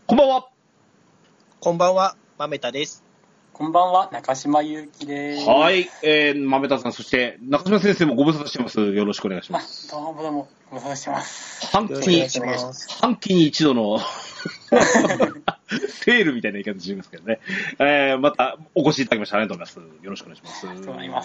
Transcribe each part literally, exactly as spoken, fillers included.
こんばんは。 こんばんは、まめたです。 こんばんは、中島ゆうきです。 はい、えー、まめたさん、そして中島先生もご無沙汰してます。よろしくお願いします。 どうもどうも、ご無沙汰してます。 半期に、半期に一度のセールみたいな言い方しますけどね。えー、またお越しいただきましてありがとうございます。よろしくお願いします。 ありがとうございます。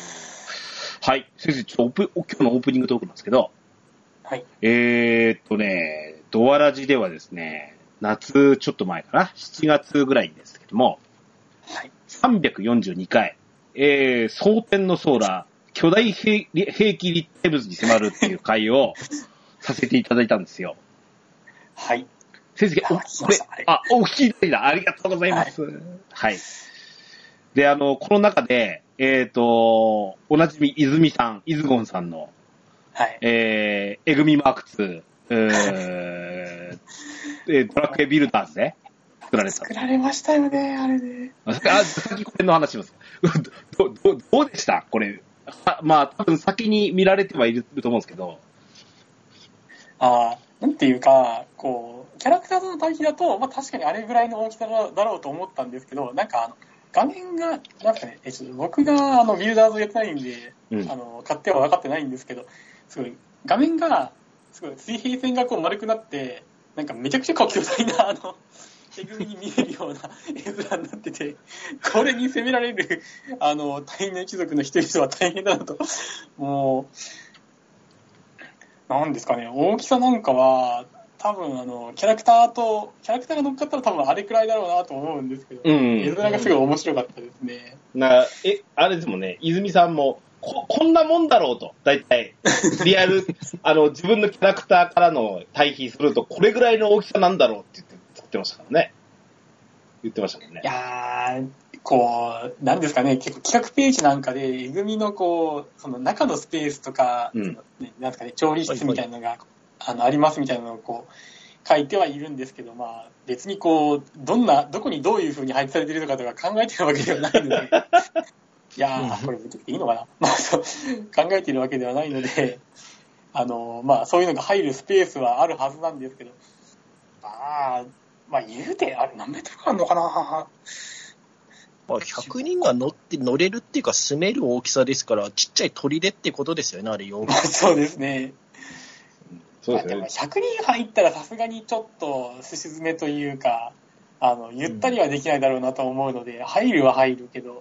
はい、先生、ちょっとオプ今日のオープニングトークなんですけど、 はい。 えーっとね、ドアラジではですね、夏ちょっと前かな、しちがつぐらいですけども、 はい。 さんびゃくよんじゅうにかい、えー、蒼天のソーラー、巨大兵器立体物に迫るっていう回をさせていただいたんですよ。 はい。 先生、お、これ、あ、お聞きいただいた。ありがとうございます。はい。はい、で、あの、この中で、えっと、おなじみ、泉さん、イズゴンさんの、 はい。 えー、エグミマークツー、えー、ドラクエビルダーズで作られた。 作られましたよね、あれで。 あ、先これの話します。ど、ど、どうでしたこれ。まあ、多分先に見られてはいると思うんですけど。 ああ、なんていうか、こう、キャラクターの対比だと、まあ確かにあれぐらいの大きさだろうと思ったんですけど、なんかあの、画面が、なんかね、えちょっと僕があのビルダーズをやってないんで、うん、あの、買っては分かってないんですけど、すごい、画面が、すごい水平線がこう丸くなって、なんかめちゃくちゃ巨大な、あの、手組に見えるような絵面になってて、これに攻められる、あの、大変な一族の一人は大変だなと、もう、なんですかね、大きさなんかは、多分あの、キャラクターと、キャラクターが乗っかったら多分あれくらいだろうなと思うんですけど、うん、絵面がすごい面白かったですね。 な、え、あれですもんね、泉さんも、こ、こんなもんだろうと、大体、リアル、あの、自分のキャラクターからの対比すると、これぐらいの大きさなんだろうって言って作ってましたからね。言ってましたもんね。 いやー、こう、なんですかね、結構企画ページなんかで、えぐみのこう、その中のスペースとか、うん、ね、なんですかね、調理室みたいなのが、はいはい、あの、ありますみたいなのをこう、書いてはいるんですけど、まあ、別にこう、どんな、どこにどういう風に配置されているのかとか考えてるわけではないので、いやー、これ見てていいのかな、まあそう、考えているわけではないので、あの、まあ、そういうのが入るスペースはあるはずなんですけど、まあ、まあ、言うて、あれ何メートルかあるのかな。 まあ、ひゃくにんが乗って、乗れるっていうか、住める大きさですから、ちっちゃい砦ってことですよね、あれよ。 まあ、そうですね。 そうですね。 まあ、でもひゃくにん入ったらさすがにちょっとすし詰めというか、あの、ゆったりはできないだろうなと思うので、うん、入るは入るけど、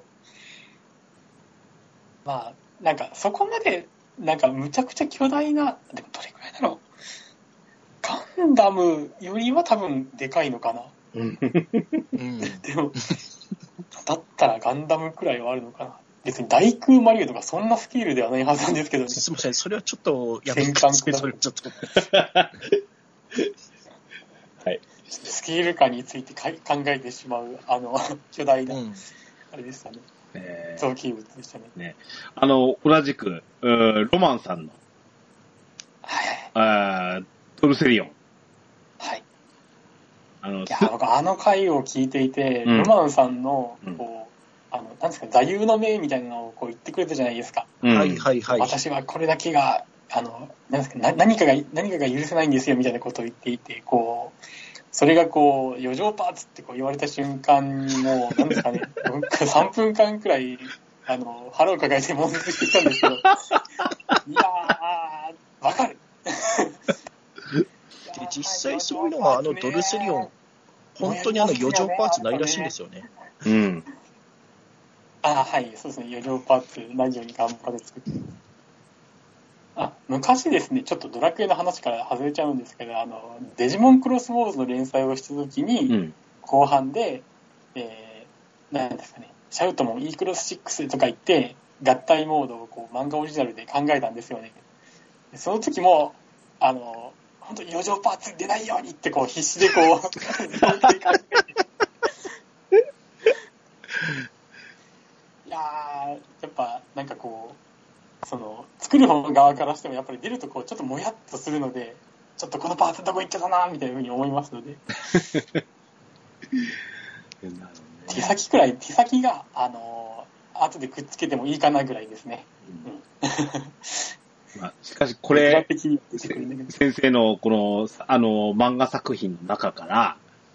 まあ、なんかそこまで、なんかむちゃくちゃ巨大な、でもどれくらいだろう。ガンダムよりは多分でかいのかな。うん、でも、だったらガンダムくらいはあるのかな。別に大空マリオとかそんなスケールではないはずなんですけどね。 すみません、それはちょっとやめてください。それちょっと。 はい。 スケール感についてか考えてしまう、あの、巨大な、うん、あれでしたね。えー、造形物でしたね。 ね、あの、同じく、ロマンさんの、 はい、 あトルセリオン。 はい。 あの、 いや、僕あの回を聞いていて、うん、ロマンさんの、こう、あの、なんですか、座右の銘みたいなのをこう言ってくれたじゃないですか。 うん、はいはいはい。 私はこれだけが、あの、なんですか、な何かが、何かが許せないんですよみたいなことを言っていて、こう、それがこう、余剰パーツってこう言われた瞬間にもう、なんですかね、さんぷんかんくらい、あの、腹を抱えて悶絶してきたんですけど、いやー、わかる。 で実際そういうのは、あのドルセリオン、本当にあの余剰パーツないらしいんですよね。 うん。 あはい、そうですね、余剰パーツないように頑張って作って。あ、昔ですね、ちょっとドラクエの話から外れちゃうんですけど、あの、デジモンクロスウォーズの連載をしたときに、うん、後半で、えー、なんですかね、シャウトモン E クロスシックスとか言って、合体モードをこう漫画オリジナルで考えたんですよね。その時も、あの、本当に余剰パーツ出ないようにってこう必死でこう、いやー、やっぱなんかこう、その作る方側からしてもやっぱり出るとこうちょっともやっとするので、ちょっとこのパーツどこ行っちゃったなみたいな風に思いますので手先くらい手先があのー、後でくっつけてもいいかなぐらいですね、 うんまあ、しかしこれ先生のこのあの漫画作品の中から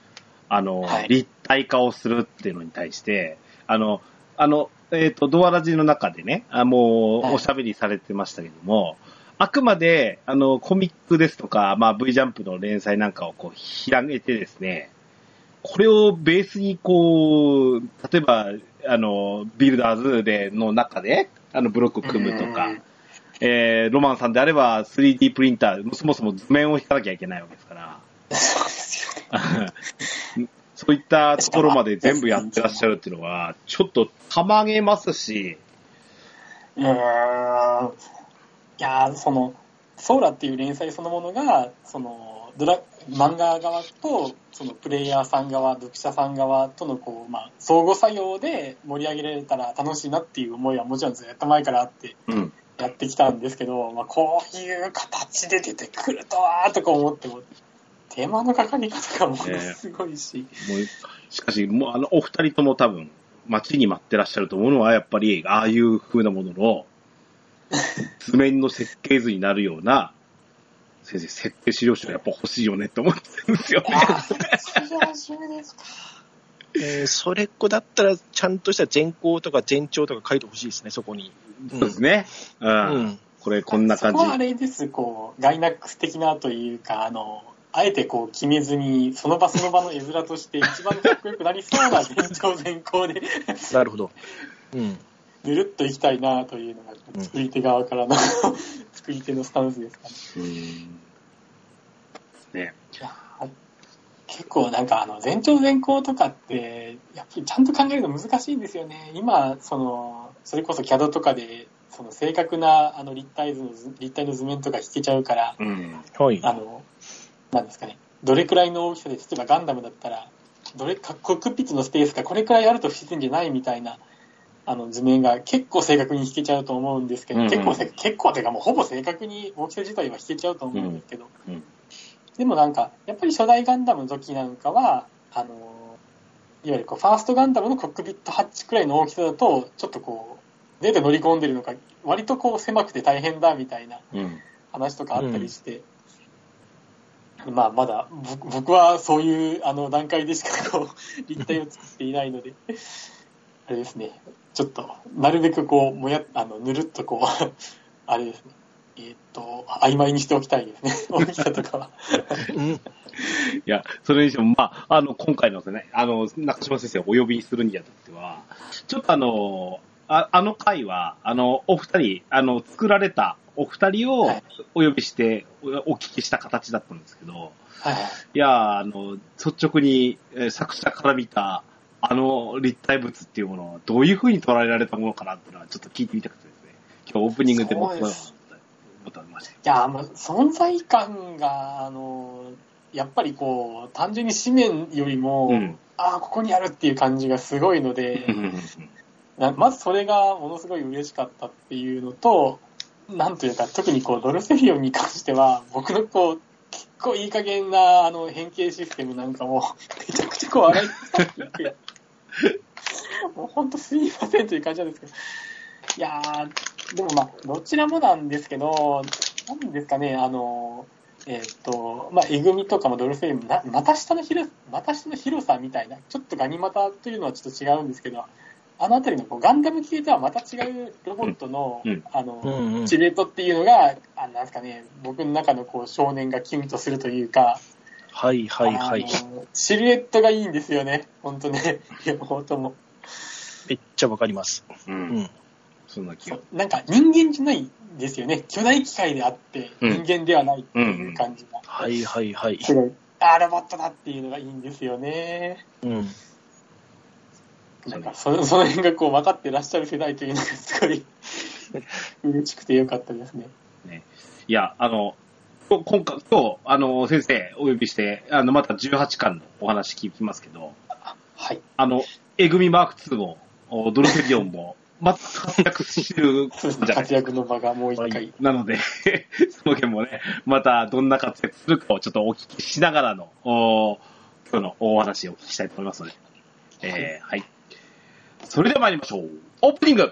あの、 はい立体化をするっていうのに対して、あの、あの、えっ、と、ドアラジの中でね、あもう、 はいおしゃべりされてましたけども、あくまで、あの、コミックですとか、まあ、V ジャンプの連載なんかをこう、広げてですね、これをベースにこう、例えば、あの、ビルダーズでの中で、あの、ブロックを組むとか、 うんえー、ロマンさんであれば スリーディー プリンター、そもそも図面を引かなきゃいけないわけですから、 そうですよね。 そういったところまで全部やってらっしゃるっていうのは、ちょっとたまげますし、 うーん。いやー、その、ソーラっていう連載そのものが、その、ドラ、漫画側と、そのプレイヤーさん側、読者さん側との、こう、まあ、相互作用で盛り上げられたら楽しいなっていう思いはもちろんずっと前からあってうん。 やってきたんですけど、まあ、こういう形で出てくるとは、とか思っても、テーマのかかり方がものすごいし、 もうしかし、もうあの、お二人とも多分、待ちに待ってらっしゃると思うのは、やっぱり、ああいう風なものの、図面の設計図になるような、先生、設定資料集やっぱ欲しいよねって思ってるんですよね。 ああ、資料集ですか。 えーそれっこだったら、ちゃんとした前項とか前兆とか書いてほしいですね、そこに。 そうですね。うん。 うんこれ、こんな感じそこ。はあれです、こう、ガイナックス的なというか、あの、あえてこう決めずに、その場その場の絵面として一番かっこよくなりそうな前兆前項でなるほど。うん。 ぬるっといきたいなというのが、作り手側からの作り手のスタンスですかね。 うん。ね。 いや結構なんかあの前兆前項とかってやっぱりちゃんと考えるの難しいんですよね。今そのそれこそ キャド とかでその正確なあの立体図の図立体の図面とか引けちゃうから、 うん。 はい。 あのなんですかね、どれくらいの大きさで、例えばガンダムだったらどれかコックピットのスペースがこれくらいあると不自然じゃないみたいなあの図面が結構正確に引けちゃうと思うんですけど、 うんうん結構せ結構というかもうほぼ正確に大きさ自体は引けちゃうと思うんですけど。 うんうんでもなんか、やっぱり初代ガンダムの時なんかは、あの、いわゆるこう、ファーストガンダムのコックピットハッチくらいの大きさだと、ちょっとこう、出て乗り込んでるのが、割とこう、狭くて大変だみたいなうん。 話とかあったりして、うん、まあ、まだ、僕はそういうあの段階でしかこう、立体を作っていないので、あれですね、ちょっと、なるべくこう、もや、あの、ぬるっとこう、あれですね、えーっと、曖昧にしておきたいですね、大きさとかは。 うん。 いや、それにしても、まあ、あの、今回のですね、あの、中島先生をお呼びするにあたっては、ちょっとあの、ああの回は、あの、お二人、あの、作られたお二人をはいお呼びしてお、お聞きした形だったんですけど、 はい。 いや、あの、率直に、えー作者から見た、あの立体物っていうものをどういうふうに捉えられたものかなっていうのはちょっと聞いてみたくてですね、今日オープニングでもそうです思ってました。 いや、まあ、存在感が、あの、やっぱりこう、単純に紙面よりも、 うんああ、ここにあるっていう感じがすごいので、なまずそれがものすごい嬉しかったっていうのと、なんというか、特にこう、ドルセリオンに関しては、僕のこう、結構いい加減な、あの、変形システムなんかも、めちゃくちゃこう、洗い出してて、もう本当すいませんという感じなんですけど、いやー、でもまあ、どちらもなんですけど、なんですかね、あの、えーっと、まあ、えぐみとかもドルフェイム、な股下の広、股下の広さみたいな、ちょっとガニ股というのはちょっと違うんですけど、あのあたりのこうガンダム系とはまた違うロボットの、 うんうんあの、 うんうんシルエットっていうのが、あなんですかね、僕の中のこう少年がキュンとするというか、 はいはいはい。 あのシルエットがいいんですよね、本当ね、両方とも。 めっちゃわかります。 う。 うんん。 そんな気が。 そうなんか人間じゃないですよね。巨大機械であってうん人間ではないっていう感じが。 はいはいはい。 すごい。あーロボットだっていうのがいいんですよね。 うん。 なんかそのその辺がこう分かってらっしゃる世代というのがすごい嬉しくてよかったですね。 ね、いや、あの、今今回、今日、あの、先生お呼びして、あの、またじゅうはちかんのお話聞きますけど、 はい。 あの、えぐみマークツーも、おドルフェリオンも、また活躍してるじゃない活躍の場がもう一回。 なので、その件もね、またどんな活躍するかをちょっとお聞きしながらの、お今日のお話をお聞きしたいと思いますので、えー、はい。それでは参りましょう。オープニング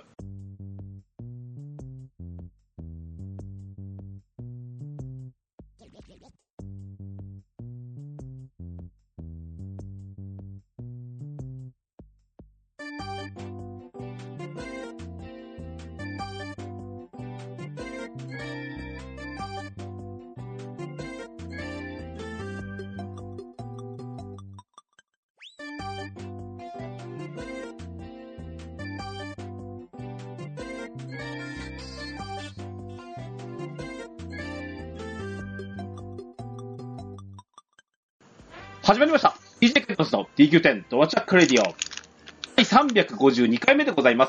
始まりました。ディージェー ケンタロスの ディーキューテン ドアチャックレディオ第さんびゃくごじゅうにかいめでございます。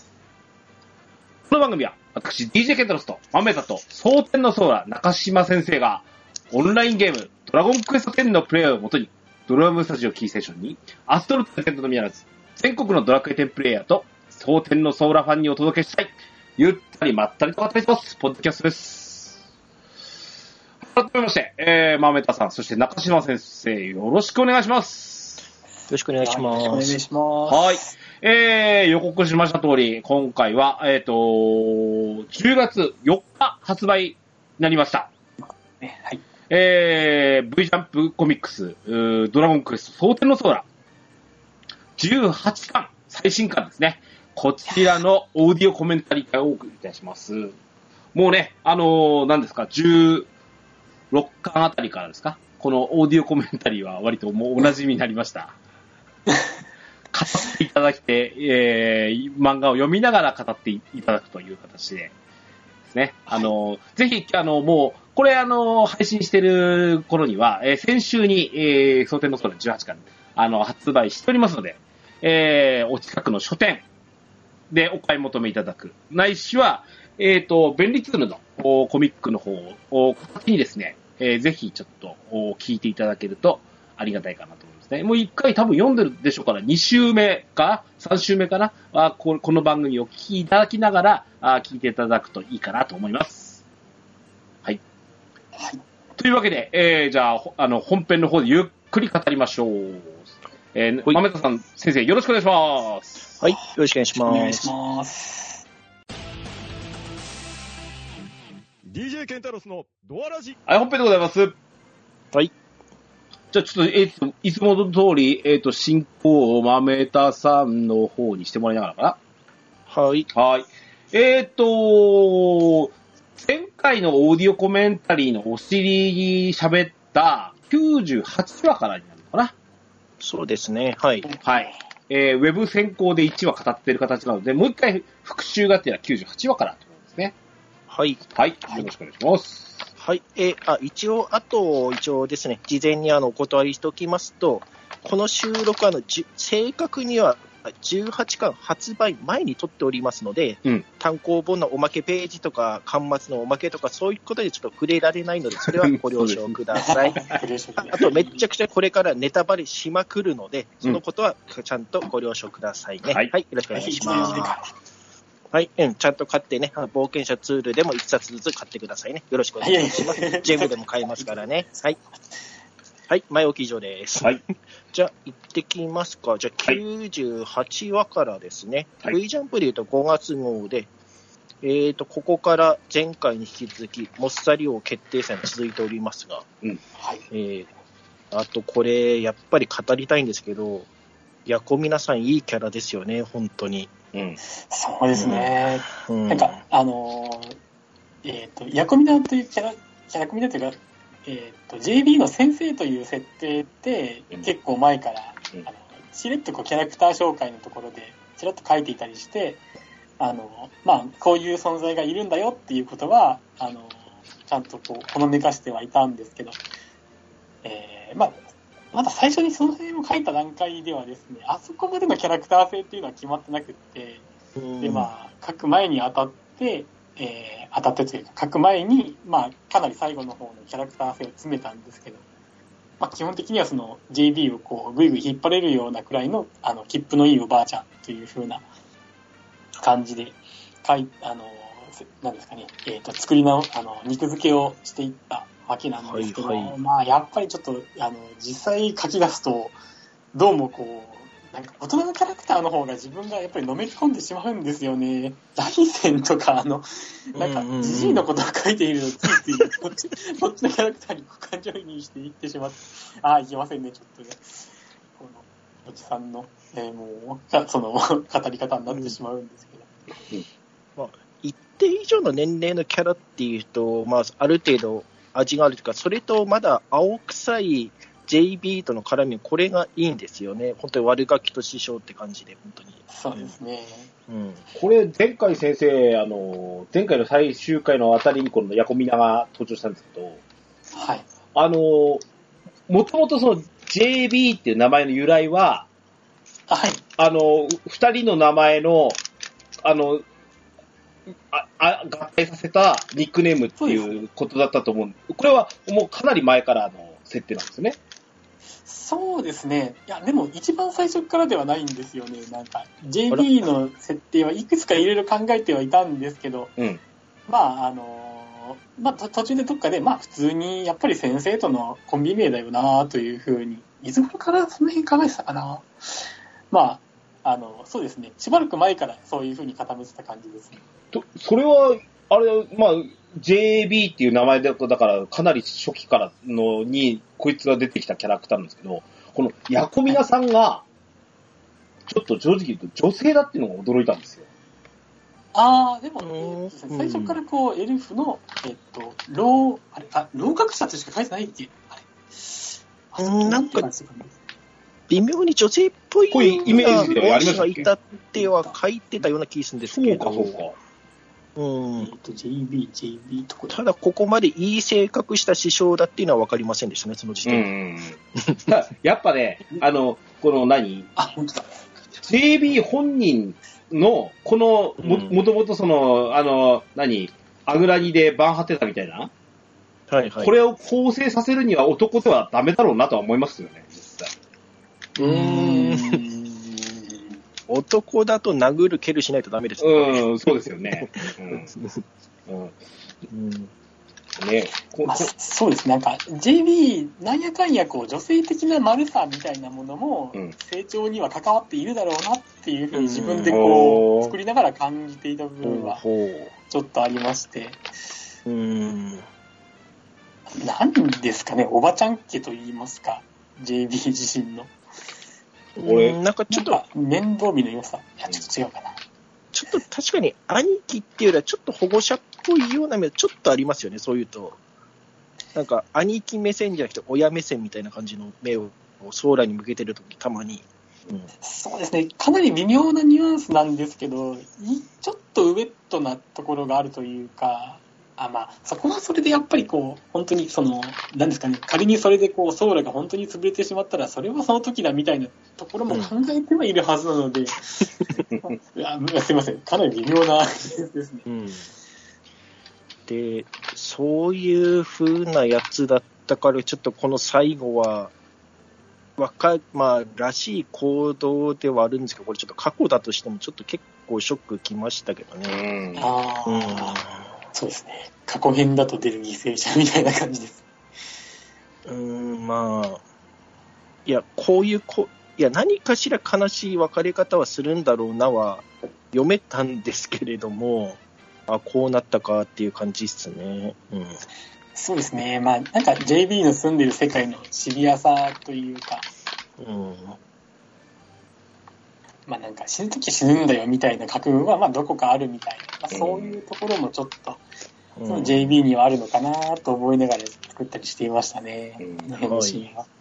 この番組は私 ディージェー ケンタロスとマメタと蒼天のソーラ中島先生がオンラインゲームドラゴンクエストテンのプレイヤーをもとにドラムスタジオキーステーションにアストロテントのみならず全国のドラクエテンプレイヤーと蒼天のソーラファンにお届けしたいゆったりまったりと語ります。ポッドキャストです。改めまして、えー、マーメタさん、そして中島先生、よろしくお願いします。 よろしくお願いします。 お願いします。 はい。えー、予告しました通り、今回は、えっ、ー、と、じゅうがつよっか発売になりました。 はい。 えー、V ジャンプコミックス、ドラゴンクエスト、蒼天のソーラ、じゅうはちかん、最新刊ですね。こちらのオーディオコメンタリー会をお送りいたします。もうね、あのー、何ですか、じゅうろっかんあたりからですか、このオーディオコメンタリーは割ともうお馴染みになりました。語っていただきて、えー、漫画を読みながら語っていただくという形でですね。あの、はい、ぜひ、あの、もう、これあの、配信してる頃には、えー、先週に、えー、蒼天のソーラじゅうはちかん、あの、発売しておりますので、えー、お近くの書店でお買い求めいただく。ないしは、えっと、便利ツールのコミックの方を形にですね、えー、ぜひちょっと聞いていただけるとありがたいかなと思いますね。もう一回多分読んでるでしょうから、に週目かさん週目かな、あこの番組を聞きいただきながらあ聞いていただくといいかなと思います。はい。はい、というわけで、えー、じゃあ、あの、本編の方でゆっくり語りましょう。えー、豆田さん、先生、よろしくお願いします。 はい、よろしくお願いします。 お願いします。 ディージェー ケンタロスのドアラジ。 はい、本編でございます。 はい。 じゃあちょっと、えっと、いつもの通り、えっと、進行を豆田さんの方にしてもらいながらかな。はい。 はい。えっと、前回のオーディオコメンタリーのお尻に喋ったきゅうじゅうはちわからになるのかな。 そうですね。はい。 はい。えー、ウェブ先行でいちわ語っている形なので、もう一回復習がてらきゅうじゅうはちわからということですね。 はい。 はい。よろしくお願いします。 はい。えー、あ、一応、あと、一応ですね、事前にあの、お断りしておきますと、この収録はあの、じ正確にはじゅうはちかん発売前に撮っておりますので、うん、単行本のおまけページとか、巻末のおまけとか、そういうことでちょっと触れられないので、それはご了承ください。あと、めちゃくちゃこれからネタバレしまくるので、そのことはちゃんとご了承くださいね。うん、はい、はい。よろしくお願いします。はい、うん、ちゃんと買ってね、冒険者ツールでもいっさつずつ買ってくださいね。よろしくお願いします。ジェムでも買えますからね。はい。はい、前置き以上です。はい。じゃあ、行ってきますか。じゃあ、きゅうじゅうはちわからですね。はい、V ジャンプで言うとごがつ号で、えーと、ここから前回に引き続き、モッサリ王決定戦続いておりますが、うん。はい。えー、あとこれ、やっぱり語りたいんですけど、ヤコミナさんいいキャラですよね、本当に。 うん、そうですね、うん、なんかあのー、えっ、ー、とヤコミナというキャラヤコミナというか、えっ、ー、と ジェイビー の先生という設定って結構前から、うん、あのしれっとこうキャラクター紹介のところでちらっと書いていたりして、あのまあこういう存在がいるんだよっていうことはあのちゃんとこうほのめかしてはいたんですけど、えー、まあまだ最初にその辺を書いた段階ではですね、あそこまでのキャラクター性っていうのは決まってなくって、で、まあ、書く前に当たって、えー、当たってというか、書く前に、まあ、かなり最後の方のキャラクター性を詰めたんですけど、まあ、基本的にはその ジェイビー をこう、ぐいぐい引っ張れるようなくらいの、あの、切符のいいおばあちゃんという風な感じで、書い、あの、なんですかね、えっと、作り直、あの、肉付けをしていったわけなんですけど、はいはい、まあやっぱりちょっとあの実際書き出すとどうもこうなんか大人のキャラクターの方が自分がやっぱりのめり込んでしまうんですよね。ライセンとかあのなんかジジイのことを書いているのついついこっちこっちのキャラクターに感情移入していってしまって、ああいけませんねちょっとねこのおじさんの、えー、もうその語り方になってしまうんですけど。 うんうんまあ、一定以上の年齢のキャラっていうと、まあある程度味があるというか、それとまだ青臭い ジェイビー との絡み、これがいいんですよね。本当に悪ガキと師匠って感じで、本当に。 そうですね。 うん、これ、前回先生、あの、前回の最終回のあたりにこのヤコミナが登場したんですけど、 はい。 あの、もともとそのジェイビー っていう名前の由来は、 はい。 あの、二人の名前の、あの、あ、あ、合体させたニックネームっていうことだったと思う。これはもうかなり前からの設定なんですね。 そうですね。いや、でも一番最初からではないんですよね。なんか、ジェイビー の設定はいくつかいろいろ考えてはいたんですけど、 うん。 まあ、あの、まあ、途中でどっかで、まあ、普通に、やっぱり先生とのコンビ名だよな、というふうに、いつ頃からその辺考えてたかな。まあ、あの、そうですね。しばらく前からそういうふうに固めてた感じですね。 と、それは、あれ、まあ、ジェイビー っていう名前だだから、かなり初期からのに、こいつが出てきたキャラクターなんですけど、このヤコミナさんが、ちょっと正直言うと女性だっていうのが驚いたんですよ。 ああ、でも、えーとですね、最初からこう、エルフの、えっと、老、あれ、あ、老学者としか書いてないっけあれ。あうんなんか微妙に女性っぽいこういうイメージではありましたっけ？ がいたっては書いてたような気がするんですけど。 そうか、そうか。 うんえっと、ジェイビー、ジェイビー とこただ、ここまでいい性格した師匠だっていうのは分かりませんでしたね、その時点で。うん、やっぱね、あの、この何あ、本当だ。 ジェイビー 本人の、この、も、もともとその、あの、何アグラニでバン張ってたみたいな、 はいはい。 これを構成させるには男ではダメだろうなとは思いますよね、実際。 うーん。男だと殴る蹴るしないとダメですね。 うん、そうですよね。うん。うん、ねこまあ、そうですね。なんか、ジェイビー、なんやかんや、こう、女性的な丸さみたいなものも、成長には関わっているだろうなっていうふうに自分でこう、作りながら感じていた部分は、ちょっとありまして。 うーん。 何ですかね、おばちゃん家と言いますか、ジェイビー 自身の。 俺、なんかちょっと、 面倒見の良さ。いや、ちょっと違うかな。 ちょっと確かに兄貴っていうよりはちょっと保護者っぽいような目ちょっとありますよね、そういうと。なんか兄貴目線じゃなくて親目線みたいな感じの目を将来に向けてるときたまに、 うん。そうですね、かなり微妙なニュアンスなんですけど、ちょっとウェットなところがあるというか、あ、まあ、そこはそれでやっぱりこう、本当にその、なんですかね、仮にそれでこう、ソーラが本当に潰れてしまったら、それはその時だみたいなところも考えてはいるはずなので、うん、いや、すいません、かなり微妙なですね。うん、 で、そういう風なやつだったから、ちょっとこの最後は、わか、まあ、らしい行動ではあるんですけど、これちょっと過去だとしても、ちょっと結構ショックきましたけどね。 うん、ああ。うんそうですね。過去編だと出る犠牲者みたいな感じです。 うーん、まあ、いや、こういうこ、いや、何かしら悲しい別れ方はするんだろうなは読めたんですけれども、あ、こうなったかっていう感じですね。うん。 そうですね。まあ、なんか ジェイビー の住んでる世界のシビアさというか、 うん。 まあなんか死ぬとき死ぬんだよみたいな覚悟はまあどこかあるみたいな、まあ、そういうところもちょっと、うん、その ジェイビー にはあるのかなと思いながら作ったりしていましたね、うん、この辺のシーンは、はい、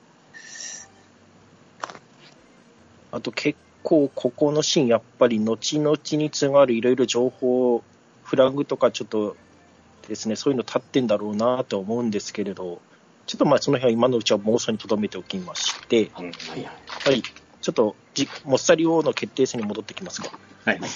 あと結構ここのシーンやっぱり後々につながるいろいろ情報フラグとかちょっとですね、そういうの立ってんだろうなと思うんですけれど、ちょっとまあその辺は今のうちは妄想に留めておきまして、 はいはい、 はいちょっとじモッサリ王の決定戦に戻ってきますが、 はいうん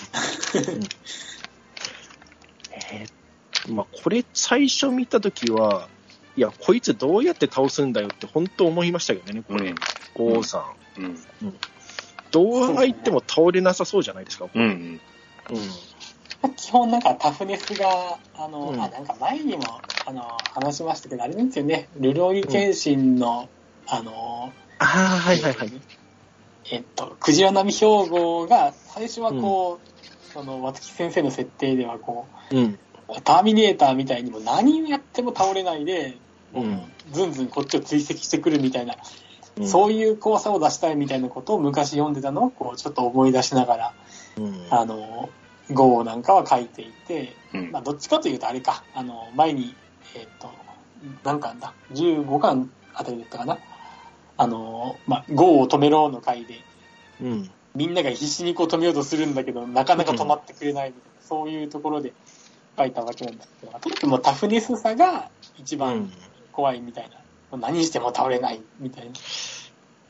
えーまあ、これ最初見たときは、いや、こいつどうやって倒すんだよって本当思いましたけどね、これ、王、うん、さん、うんうん。どう入っても倒れなさそうじゃないですか、これ。うんうんうん、基本なんかタフネスが、あの、うん、あなんか前にもあの話しましたけど、あれなんですよね、ルロイケンシンの、うん、あの、 あはいはいはい。 えっと、クジラ並兵号が最初はこう、うん、その渡木先生の設定ではこう、うん、ターミネーターみたいにも何をやっても倒れないで、うん、ずんずんこっちを追跡してくるみたいな、うん、そういう怖さを出したいみたいなことを昔読んでたのをこうちょっと思い出しながら、うん、あの号なんかは書いていて、うん、まあどっちかというとあれか、あの前にえっと何巻だじゅうごかんあたりだったかな。あの、まあ、ゴーを止めろの回で、うん、みんなが必死にこう止めようとするんだけど、なかなか止まってくれないみたいな、うん、そういうところで書いたわけなんですけど、とにかくもうタフネスさが一番怖いみたいな、うん、何しても倒れないみたいな。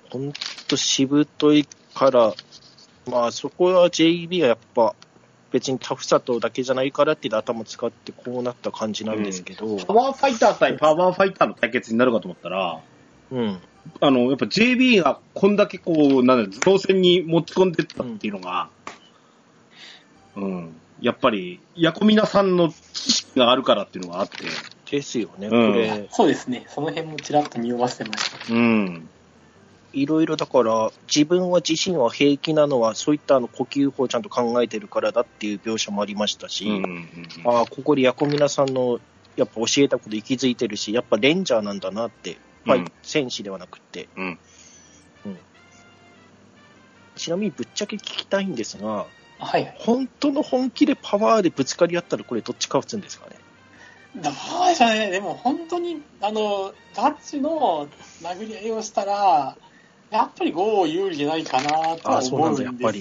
ほんとしぶといから、まあそこは ジェイビー はやっぱ別にタフさとだけじゃないからって頭使ってこうなった感じなんですけど、うん、 パワーファイター対パワーファイターの対決になるかと思ったら、 うん、 あのやっぱ ジェイビー がこんだけこうなんだ頭脳戦に持ち込んでったっていうのが、うん、うん、やっぱりヤコミナさんの知識があるからっていうのがあってですよね、 うん、 これそうですね、その辺もちらっと匂わせてました、 うん、いろいろだから自分は自身は平気なのはそういったあの呼吸法をちゃんと考えてるからだっていう描写もありましたし、うんうんうん、ああここでヤコミナさんのやっぱ教えたこと息づいてるし、やっぱレンジャーなんだなって、うん、戦士ではなくて、うんうん、ちなみにぶっちゃけ聞きたいんですが、 はいはい、 本当の本気でパワーでぶつかり合ったらこれどっちか打つんですかね。 どうでしょうね。でも本当にあのガチの殴り合いをしたらやっぱりゴー有利じゃないかなとは思うんですよね。どう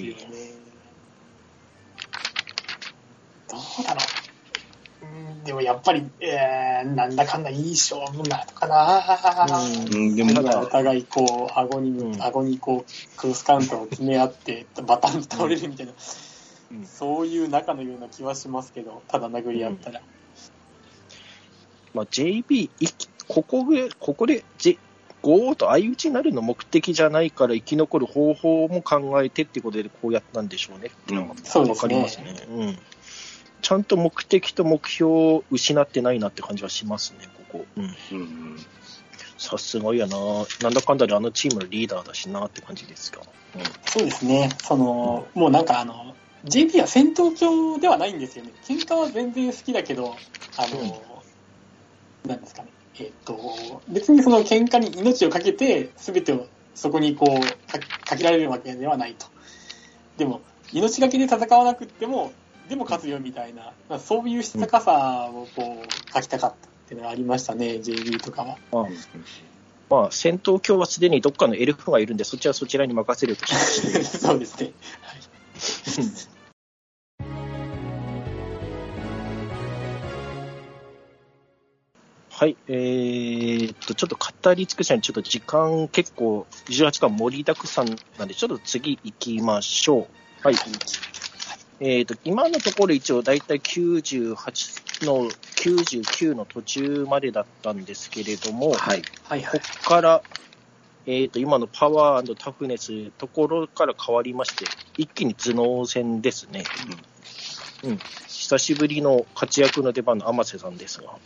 だろう。うん、でもやっぱり、えー、なんだかんだいい勝負なのかな。うん、でもお互いこう顎に、うん、顎にこうクロスカウンターを決め合ってバタンと倒れるみたいな、うん、そういう仲のような気はしますけど、ただ殴り合ったら。うん、 まあ、ジェイビー ここでここで Jゴーと相打ちになるの目的じゃないから生き残る方法も考えてってことでこうやったんでしょうねっていうのが分かりますね。うん、ちゃんと目的と目標を失ってないなって感じはしますね、ここ。さすがやな、なんだかんだであのチームのリーダーだしなって感じですか。 うん、そうですね、その、うん、もうなんかあの ジェイピー は戦闘狂ではないんですよね。喧嘩は全然好きだけど、あの、うん、なんですかね。えっと、別にその喧嘩に命をかけて全てをそこにこう か, かけられるわけではないと。でも命がけで戦わなくってもでも勝つよみたいな、まあ、そういうしたかさをこう書きたかったっていうのがありましたね、 ジェイビー とかは。 ああ、まあ、戦闘狂はすでにどっかのエルフがいるんでそちらはそちらに任せるとしまして。そうですね、はいはい、えー、っと、ちょっと語り尽くしたのに、ちょっと時間結構、じゅうはちかん盛りだくさんなんで、ちょっと次行きましょう。はい。えー、っと、今のところ一応、だいたいきゅうじゅうはちの、きゅうじゅうきゅうの途中までだったんですけれども、はい。はいはい、ここから、えー、っと、今のパワー&タフネスところから変わりまして、一気に頭脳戦ですね。うん。うん。久しぶりの活躍の出番の天瀬さんですが。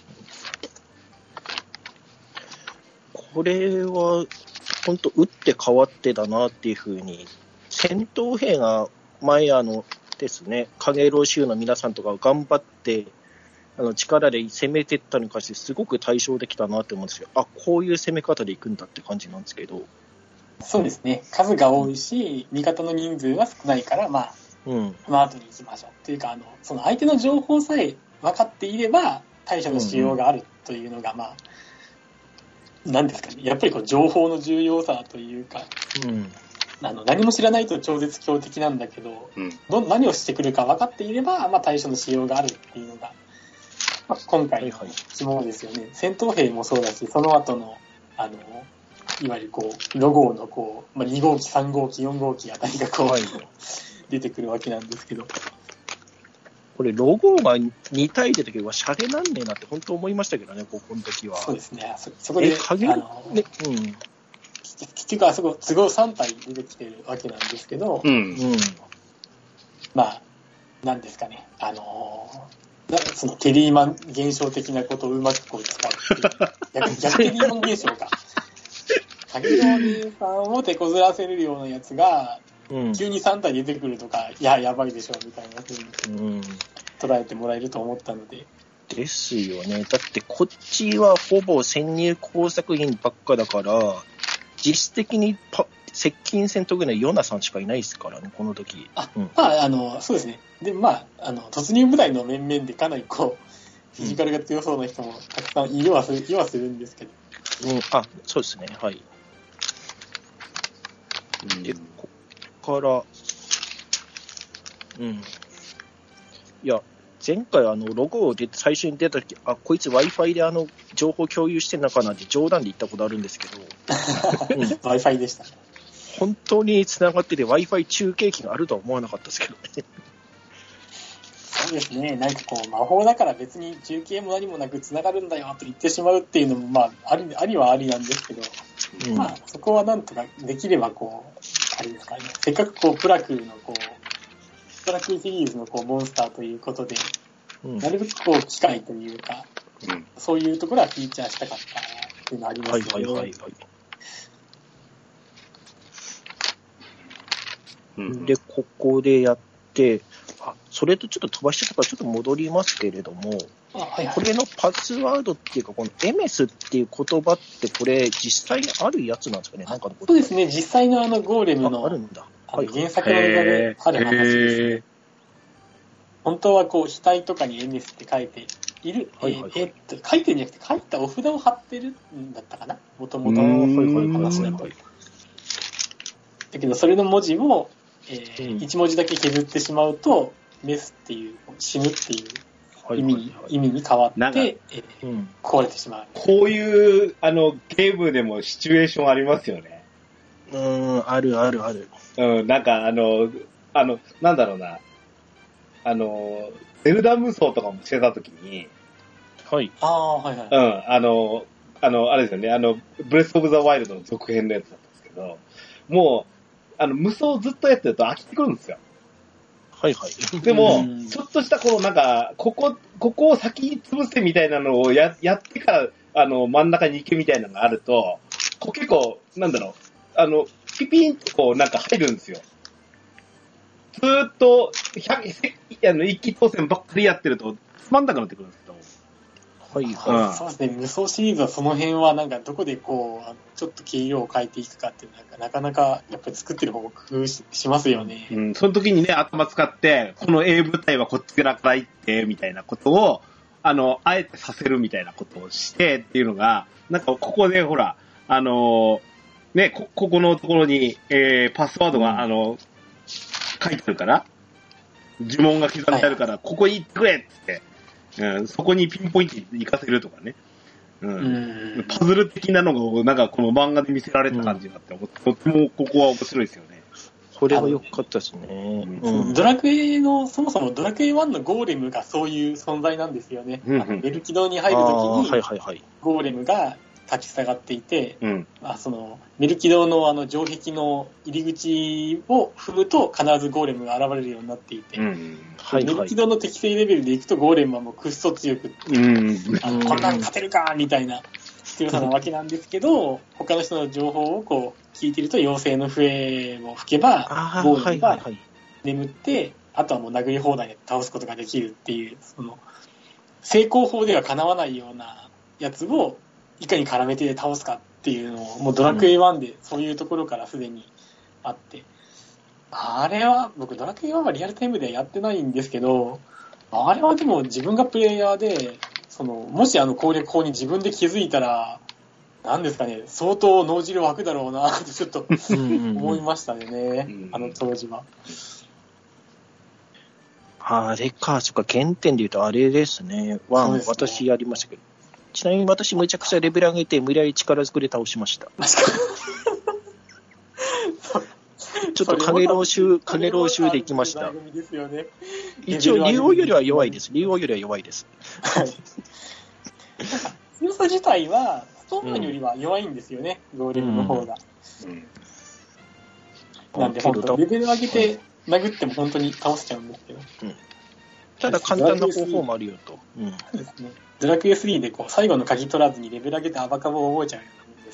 これは本当打って変わってだなっていうふうに、戦闘兵が前あのですね、影老衆の皆さんとか頑張ってあの力で攻めていったのに関してすごく対象できたなって思うんですけど、あ、こういう攻め方でいくんだって感じなんですけど。 そうですね、数が多いし味方の人数は少ないから、まあ、うん、まあ後に行きましょうっていうか、あのその相手の情報さえ分かっていれば対処のしようがあるというのが、まあ、なんですかね、やっぱりこう情報の重要さというか、うん、あの何も知らないと超絶強敵なんだけど、うん、ど何をしてくるか分かっていれば、まあ、対処のしようがあるっていうのが、まあ、今回の肝ですよね、はいはい。戦闘兵もそうだし、その後のあのいわゆるこうロゴのこう、まあ、に号機さん号機よん号機あたりがこう、はい、出てくるわけなんですけど。 これロゴがに体出た時はシャレなんねえなって本当思いましたけどね、ここの時は。 そうですね。そ, そこで、 あの、ね、うん。 結局あそこ都合さん体出てきてるわけなんですけど、うんうん、まあなんですかね、あのそのテリーマン現象的なことをうまくこう使って逆, 逆テリーマン現象か。影のお兄さんを手こずらせるようなやつが。うん、急にさん体出てくるとか、いや、やばいでしょみたいな風に捉えてもらえると思ったので。 ですよね。だってこっちはほぼ潜入工作員ばっかだから、実質的にパ接近戦闘ぐらいヨナさんしかいないですからね、この時。 あ、うん、まあ、あの、そうですね。で、まあ、あの、突入部隊の面々でかなりこう、フィジカルが強そうな人もたくさんいるはする、いはするんですけど。 うん、あ、そうですね、はい。で、こから、うん。いや、前回あのロゴで最初に出た時、あ、こいつ Wi-Fi であの情報共有してんのかなって冗談で言ったことあるんですけど、 うん、Wi-Fi でした。 本当に繋がってて Wi-Fi 中継機があるとは思わなかったですけどね。 そうですね。なんかこう、魔法だから別に中継も何もなく繋がるんだよと言ってしまうっていうのも、まあ、あり、ありはありなんですけど、うん、まあ、そこはなんとかできればこう、あれですかね。せっかくこう、プラクのこう、プラクシリーズのこう、モンスターということで、うん、なるべくこう、機械というか、うん、そういうところはフィーチャーしたかったっていうのはありますよね。はいはいはい、はいうん。で、ここでやって、あ、それとちょっと飛ばしちゃったからちょっと戻りますけれども、あ、はいはい、これのパスワードっていうか、このエメスっていう言葉ってこれ実際にあるやつなんですかね。なんかそうですね、実際のあのゴーレムの、 あ、あるんだ。 はい、原作のネタである話ですね。本当はこう、額とかにエメスって書いている、はいはいはい、えー、っと、書いてるんじゃなくて書いたお札を貼ってるんだったかな、もともとの話だと。だけど、それの文字を、えーうん、いち文字だけ削ってしまうと、メスっていう、死ぬっていう意味に、はいはいはい、意味に変わって、えーうん、壊れてしまう。 こういう、あの、ゲームでもシチュエーションありますよね。 うーん、あるあるある。 うん、なんか、あの、あの、なんだろうな。あの、ゼルダ無双とかもしてたときに、 はい。 ああ、はいはい。 うん、あの、あの、あれですよね、あの、ブレスオブザワイルドの続編のやつだったんですけど、もう、あの、無双ずっとやってると飽きてくるんですよ。 はいはい。 でも、ちょっとしたこのなんか、ここ、ここを先に潰せみたいなのをや、やってから、あの、真ん中に行けみたいなのがあると、こう結構、なんだろう、あの、ピピンとこうなんか入るんですよ。ずーっと、あの、一気当選ばっかりやってると、つまんなくなってくるんですけど。 はいはい、うん。そうですね。無双シリーズはその辺はなんかどこでこう、ちょっと軽量を変えていくかっていうのはなかなかやっぱり作ってる方も工夫 し, しますよね。 うん。その時にね、頭使って、この A 部隊はこっちから行って、みたいなことを、あの、あえてさせるみたいなことをしてっていうのが、なんかここでほら、あのー、ね、こ、ここのところに、えー、パスワードが、うん、あの、書いてあるから、呪文が刻んであるから、はい、ここに行ってくれって。うん、そこにピンポイントに行かせるとかね。うん。うんパズル的なのが、なんかこの漫画で見せられた感じがあって、うん、とてもここは面白いですよね。 これは良かったですね。 うん、ドラクエの、そもそもドラクエワンのゴーレムがそういう存在なんですよね。うんうん、あのメルキドに入るときに、 はいはいはい、 ゴーレムが立ち下がっていて、 うん、 まあ、そのメルキドのあの城壁の入り口を踏むと必ずゴーレムが現れるようになっていて、 うんはいはい、メルキドの適正レベルでいくとゴーレムはもうくっそ強く、うん、あのこんなに勝てるかみたいな強さなわけなんですけど、他の人の情報をこう聞いていると妖精の笛を吹けばゴーレムが眠って、はいはいはい、あとはもう殴り放題で倒すことができるっていう、その成功法ではかなわないようなやつをいかに絡めて倒すかっていうのを、もうドラクエワンでそういうところからすでにあって、うん、あれは、僕ドラクエワンはリアルタイムではやってないんですけど、あれはでも自分がプレイヤーで、その、もしあの攻略法に自分で気づいたら、なんですかね、相当脳汁湧くだろうなってちょっと思いましたよね、あの当時は。 あれか、そっか、原点で言うとあれですね。ワン、ね、私やりましたけど。ちなみに私めちゃくちゃレベル上げて無理やり力ずくで倒しました。ちょっと影老衆、影老衆で行きました。一応、竜王よりは弱いです。竜王よりは弱いです。 はい。強さ自体は、ストーンマンよりは弱いんですよね、うん、ゴーレムの方が。うんうん、なんで、本当レベル上げて殴っても本当に倒せちゃうんですけど。うん、 ただ簡単な方法もあるよと。うん、そうですね。ドラクエスリーでこう最後の鍵取らずにレベル上げてアバカボを覚えちゃうようなもんです。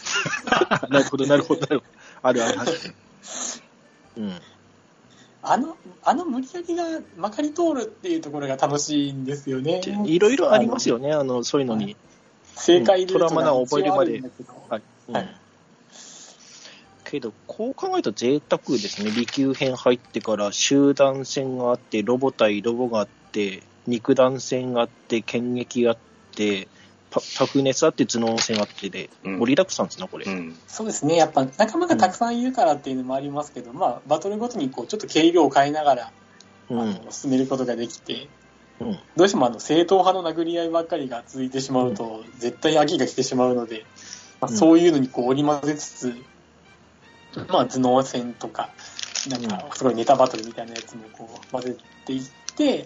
なるほど、なるほど、なるほど。あるあるある。うん。 あの、あの無理やりがまかり通るっていうところが楽しいんですよね。 いろいろありますよね、あの、そういうのに。 正解で、 うん、トラマナを覚えるまで。はい。うん、けど、こう考えると贅沢ですね。利休編入ってから集団戦があって、ロボ対ロボがあって、肉弾戦があって、剣撃があって、タフネスあって頭脳戦あってで、盛りだくさんですな、これ、うん。 そうですね。やっぱ仲間がたくさんいるからっていうのもありますけど、うん、まあ、バトルごとにこうちょっと軽量を変えながら、うん、あの進めることができて、うん、どうしてもあの正統派の殴り合いばっかりが続いてしまうと、うん、絶対飽きが来てしまうので、まあ、そういうのにこう織り交ぜつつ、 まあ頭脳戦とか、なんかすごいネタバトルみたいなやつもこう混ぜていって、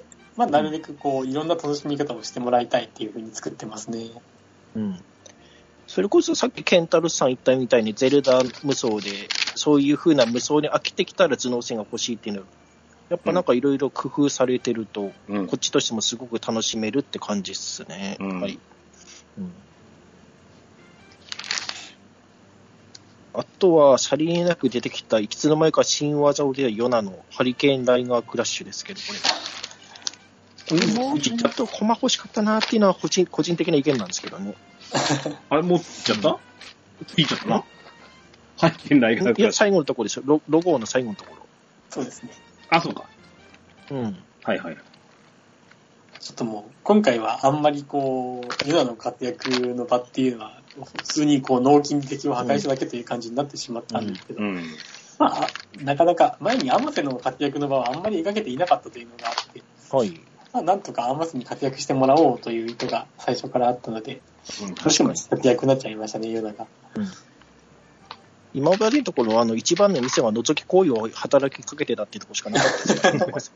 まあなるべくこういろんな楽しみ方をしてもらいたいっていう風に作ってますね。 うん。それこそさっきケンタロスさん言ったみたいにゼルダ無双で、そういう風な無双に飽きてきたら頭脳戦が欲しいっていうのは、やっぱなんかいろいろ工夫されてると、うん、こっちとしてもすごく楽しめるって感じっすね。うん、はい。うん。あとは、さりげなく出てきた、いつの間にか新技を出たヨナのハリケーンライガークラッシュですけど、これ。もうちょっと駒欲しかったなっていうのは個人、個人的な意見なんですけどね。 あれ、もうついちゃった、うん、ついちゃったなハリケーンライガークラッシュ。 いや、最後のところですよ。ロ、ロゴの最後のところ。 そうですね。 あ、そうか。 うん。 はいはい。 ちょっともう、今回はあんまりこう、ユナの活躍の場っていうのは、普通にこう、脳筋敵を破壊しただけという感じになってしまったんですけど、うんうん、まあ、なかなか前にアマセの活躍の場はあんまり描けていなかったというのがあって、 はい。 まあ、なんとかアマセに活躍してもらおうという意図が最初からあったので、うん、どうしても活躍になっちゃいましたね、ユナが。うん、 今までのところ、あの、一番の店は覗き行為を働きかけてたっていうところしかなかったです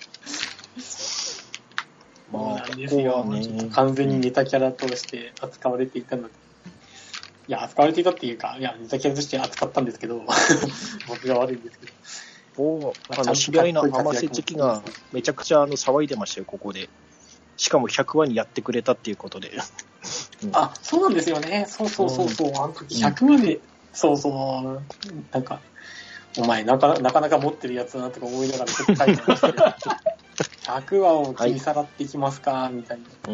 まあ、なんですよ、ね、完全にネタキャラとして扱われていたので、いや、扱われていたっていうか、いや、ネタキャラとして扱ったんですけど、僕が悪いんですけど。 おあの、知り合いのアマセ好きがめちゃくちゃあの騒いでましたよ、ここで。しかもひゃくわにやってくれたっていうことで。 うん、あ、そうなんですよね。そうそうそうそう。うん、あの時ひゃくわで、うん、そうそう、なんか、お前なかなかなか持ってるやつだなとか思いながらちょっと書いてましたけど。ひゃくわを切りさらっていきますか、はい、みたいな。うん。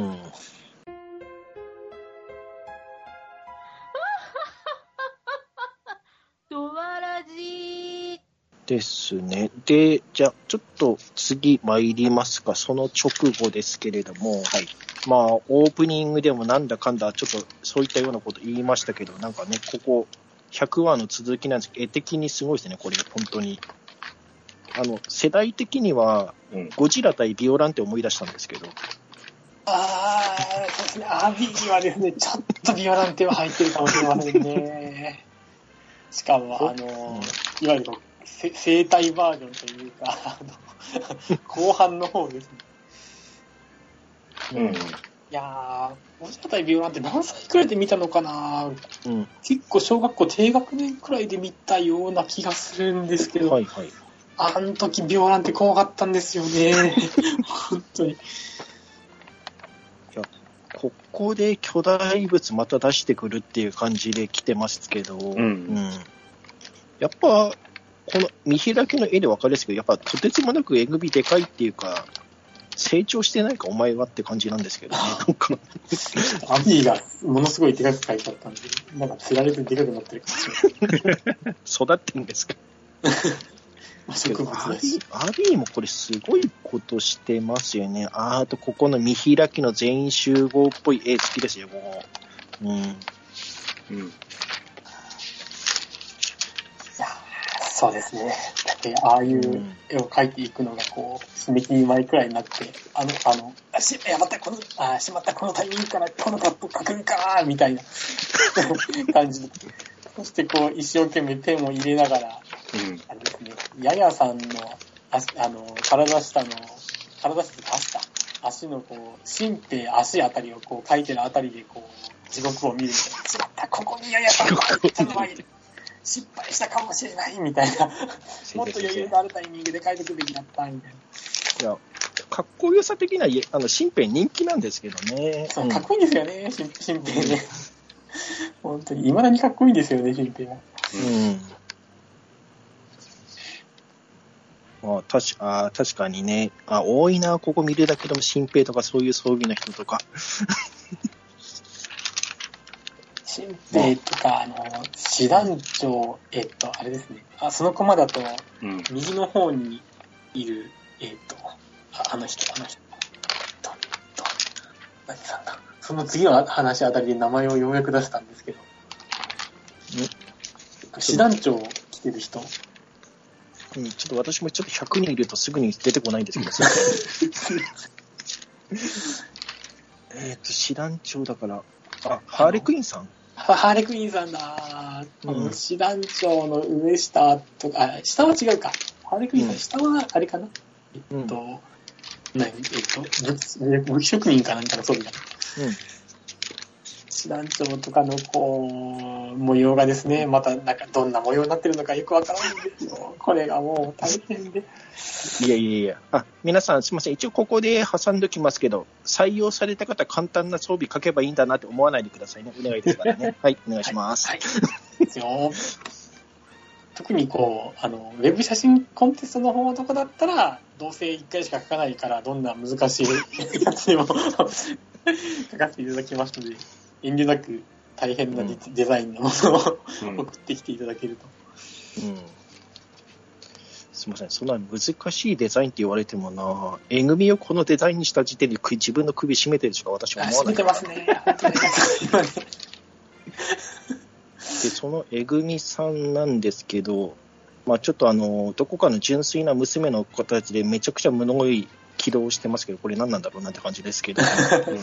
ドワラジですね。で、じゃあ、ちょっと次参りますか。その直後ですけれども、はい。まあ、オープニングでもなんだかんだ、ちょっとそういったようなこと言いましたけど、なんかね、ここ、ひゃくわの続きなんですけど、絵的にすごいですね、これ、本当に。あの、世代的には、ゴジラ対ビオランテ思い出したんですけど。 あー、そうですね、アビーはですね、ちょっとビオランテは入ってるかもしれませんね。しかも、あの、いわゆる生体バージョンというか、あの後半の方ですね。うん。いやー、ゴジラ対ビオランテ何歳くらいで見たのかな、うん、結構小学校低学年くらいで見たような気がするんですけど、はいはい、あの時ビオランテ怖かったんですよね。本当に。いや、ここで巨大物また出してくるっていう感じで来てますけど、うんうん、やっぱ、この見開きの絵で分かるんですけど、やっぱとてつもなくえぐみでかいっていうか、成長してないかお前はって感じなんですけどね。なんかアビーがものすごいでかく描いちゃったんで、なんか釣られてでかくなってるかもしれない。 育ってんですか。植物だし。アビーもこれすごいことしてますよね。あーと、ここの見開きの全員集合っぽい絵好きですよ、ここ。うん。うん。いや、そうですね。だって、ああいう絵を描いていくのが、こう、締め切り前くらいになって、あの、あの、あし、やばった、この、あ、しまった、このタイミングから、このカップ描くんかみたいな感じで。そして、こう、一生懸命ペンを入れながら、うん、あれですね、ヤヤさんの、足、あの、体下の、体下と足か、足のこう、身辺足あたりをこう、描いてるあたりで、こう、地獄を見るみたいな。しまった、ここにヤヤさんが入ったのはいる。失敗したかもしれない、みたいな。もっと余裕があるタイミングで描いてくべきだった、みたいな。 いや、かっこよさ的な、あの、身辺人気なんですけどね。 そう、かっこいいんですよね、身辺ね。本当に、未だにかっこいいんですよね、身辺は。うん。 あ確, あ確かにね。あ、多いな、ここ見るだけでも新兵とかそういう装備の人とか。 新兵とか、あの、師団長、えっと、あれですね。あ、そのコマだと、右の方にいる、えっと、あ, あの人、あの人。と、と、何さんだ。その次の話あたりで名前をようやく出したんですけど。師団長来てる人。 うん、ちょっと私もちょっとひゃくにんいるとすぐに出てこないんですけど、えっと、師団長だから、あ、ハーレクイーンさんハハーレクイーンさんだ。うん、師団長の上下とか、あ、下は違うか。ハーレクイーンさん、うん、下はあれかな、えっと、うん、何えっと武、武器職人かなんかの装備だ。うん。師団長とかのこう模様がですね、またなんかどんな模様になってるのかよくわからないんですよ。これがもう大変で。 いやいやいや、あ、皆さんすみません。一応ここで挟んでおきますけど、採用された方簡単な装備書けばいいんだなって思わないでくださいね。お願いですからね。はい、お願いします。はい。はい、ですよ。 特にこうあのウェブ写真コンテストの方とかだったらどうせいっかいしか書かないからどんな難しいやつでも書かせていただきますので。遠慮なく大変なデザインのものを、うん、送ってきていただけると、 うん、すみません、そんな難しいデザインって言われてもな、えぐみをこのデザインにした時点で自分の首絞めてるしか私は思わない。 絞めてますね、本当にでそのえぐみさんなんですけど、まあ、ちょっとあのどこかの純粋な娘の子たちでめちゃくちゃ無能い起動してますけど、これ何なんだろうなんて感じですけど、うん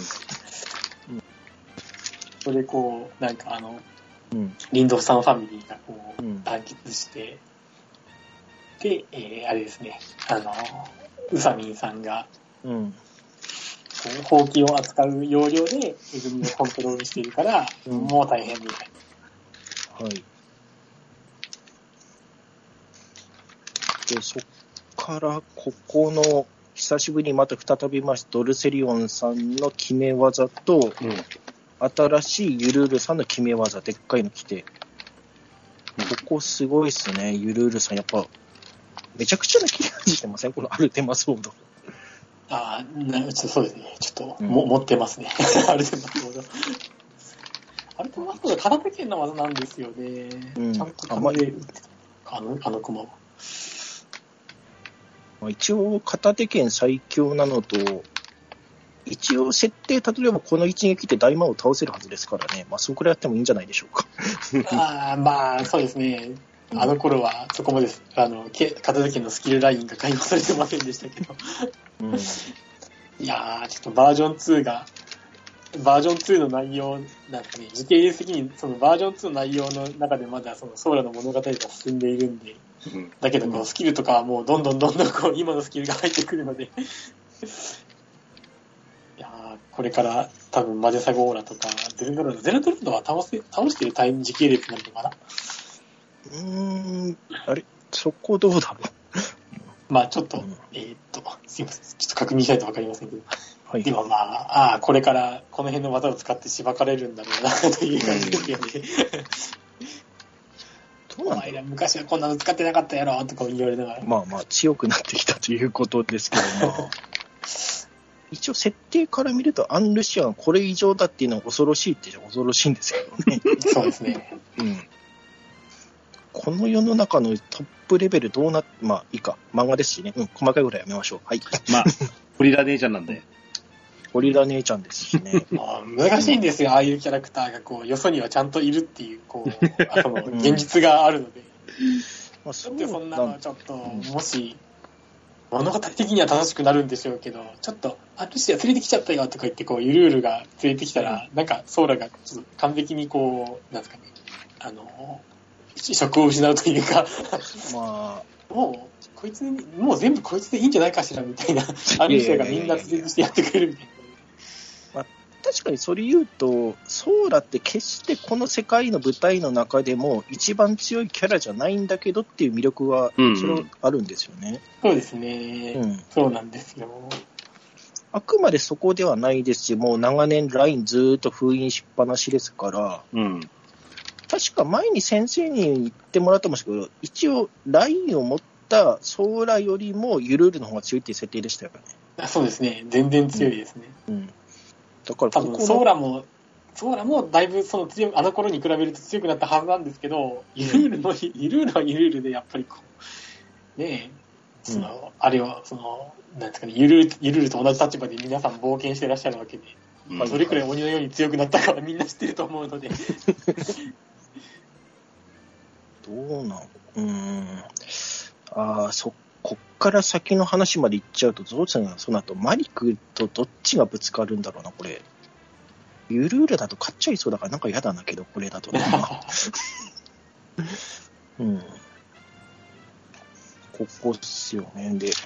それでこうなんかあの、うん、リンドフさんファミリーがこう、うん、団結してで、えー、あれですね、あのウサミンさんが、うん、こうほうきを扱う要領でえぐみをコントロールしているから、うん、もう大変みたいな。はい。 でそっからここの久しぶりにまた再びましてドルセリオンさんの決め技と、うん、新しいゆるーるさんの決め技、でっかいの来て、ここすごいっすね、ゆるーるさん、やっぱ、めちゃくちゃな切れ味してません、このアルテマソード。 ああ、そうですね、ちょっと、うん、も持ってますね、アルテマソード。アルテマソード、片手剣の技なんですよね、うん、ちゃんと構えるってあの、あの駒は。 まあ、一応、片手剣最強なのと、一応設定、例えばこの一撃で大魔王を倒せるはずですからね、まあ、そこらやってもいいんじゃないでしょうか。 ああ、まあ、そうですね。あの頃はそこまで、あの、片手剣のスキルラインが解放されてませんでしたけど。うん、いやー、ちょっとバージョンツーが、バージョンツーの内容、なんかね、時系列的にそのバージョンツーの内容の中でまだそのソーラの物語が進んでいるんで、うん、だけどこうスキルとかはもうどんどんどんどんこう今のスキルが入ってくるので、いやこれから多分マジェサゴーラとかゼルドロード、ゼルドロードは倒せ倒してるタイム時系列なのかな。 うーん、あれそこどうだろう。まあちょっと、うん、えー、っとすいません、ちょっと確認しないと分かりませんけど、はい、でもまあ、あこれからこの辺の技を使ってしばかれるんだろうなという感じですよね。お前ら昔はこんなの使ってなかったやろとか言われながら、 まあまあ強くなってきたということですけども。一応設定から見るとアンルシアンこれ以上だっていうのは恐ろしいって恐ろしいんですけどね。 そうですね。うん。 この世の中のトップレベルどうなっ、まあいいか、漫画ですしね。うん、細かいぐらいやめましょう。はい。 まあ、ゴリラ姉ちゃんなんで。 ゴリラ姉ちゃんですしね。 まあ、難しいんですよ、ああいうキャラクターがこう、よそにはちゃんといるっていう、こう、あその現実があるので。うん、まあ、そうそんなのちょっと、もし、物語的には楽しくなるんでしょうけど、ちょっと、あ、ルシア連れてきちゃったよとか言って、こう、ゆるーるが連れてきたら、なんか、ソーラがちょっと完璧にこう、なんですかね、あの、職を失うというか、まあ、もう、こいつ、もう全部こいつでいいんじゃないかしらみたいな、アルシアがみんな連れてきてやってくれるみたいな。 まあ、確かにそれ言うと、ソーラって決してこの世界の舞台の中でも一番強いキャラじゃないんだけどっていう魅力は、それはあるんですよね。 うんうん、そうですね、うん。そうなんですよ。 あくまでそこではないですし、もう長年ラインずーっと封印しっぱなしですから、うん、確か前に先生に言ってもらってましたけど、一応ラインを持ったソーラよりもゆるーるの方が強いっていう設定でしたよね。 あ、そうですね。全然強いですね。うんうんだから多分ソーラもソーラもだいぶその強いあの頃に比べると強くなったはずなんですけど、ゆるーるのゆるーるはゆるーるでやっぱりこうねえその、うん、あれはそのなんですかねゆるゆるーると同じ立場で皆さん冒険してらっしゃるわけで、うんまあ、どれくらい鬼のように強くなったかはみんな知ってると思うのでどうなんうーんああそっこっから先の話まで行っちゃうと、ゾウさんがその後マリクとどっちがぶつかるんだろうな、これ。 ゆるゆるだと買っちゃいそうだからなんか嫌だなけど、これだとね。うん。ここっすよね。で、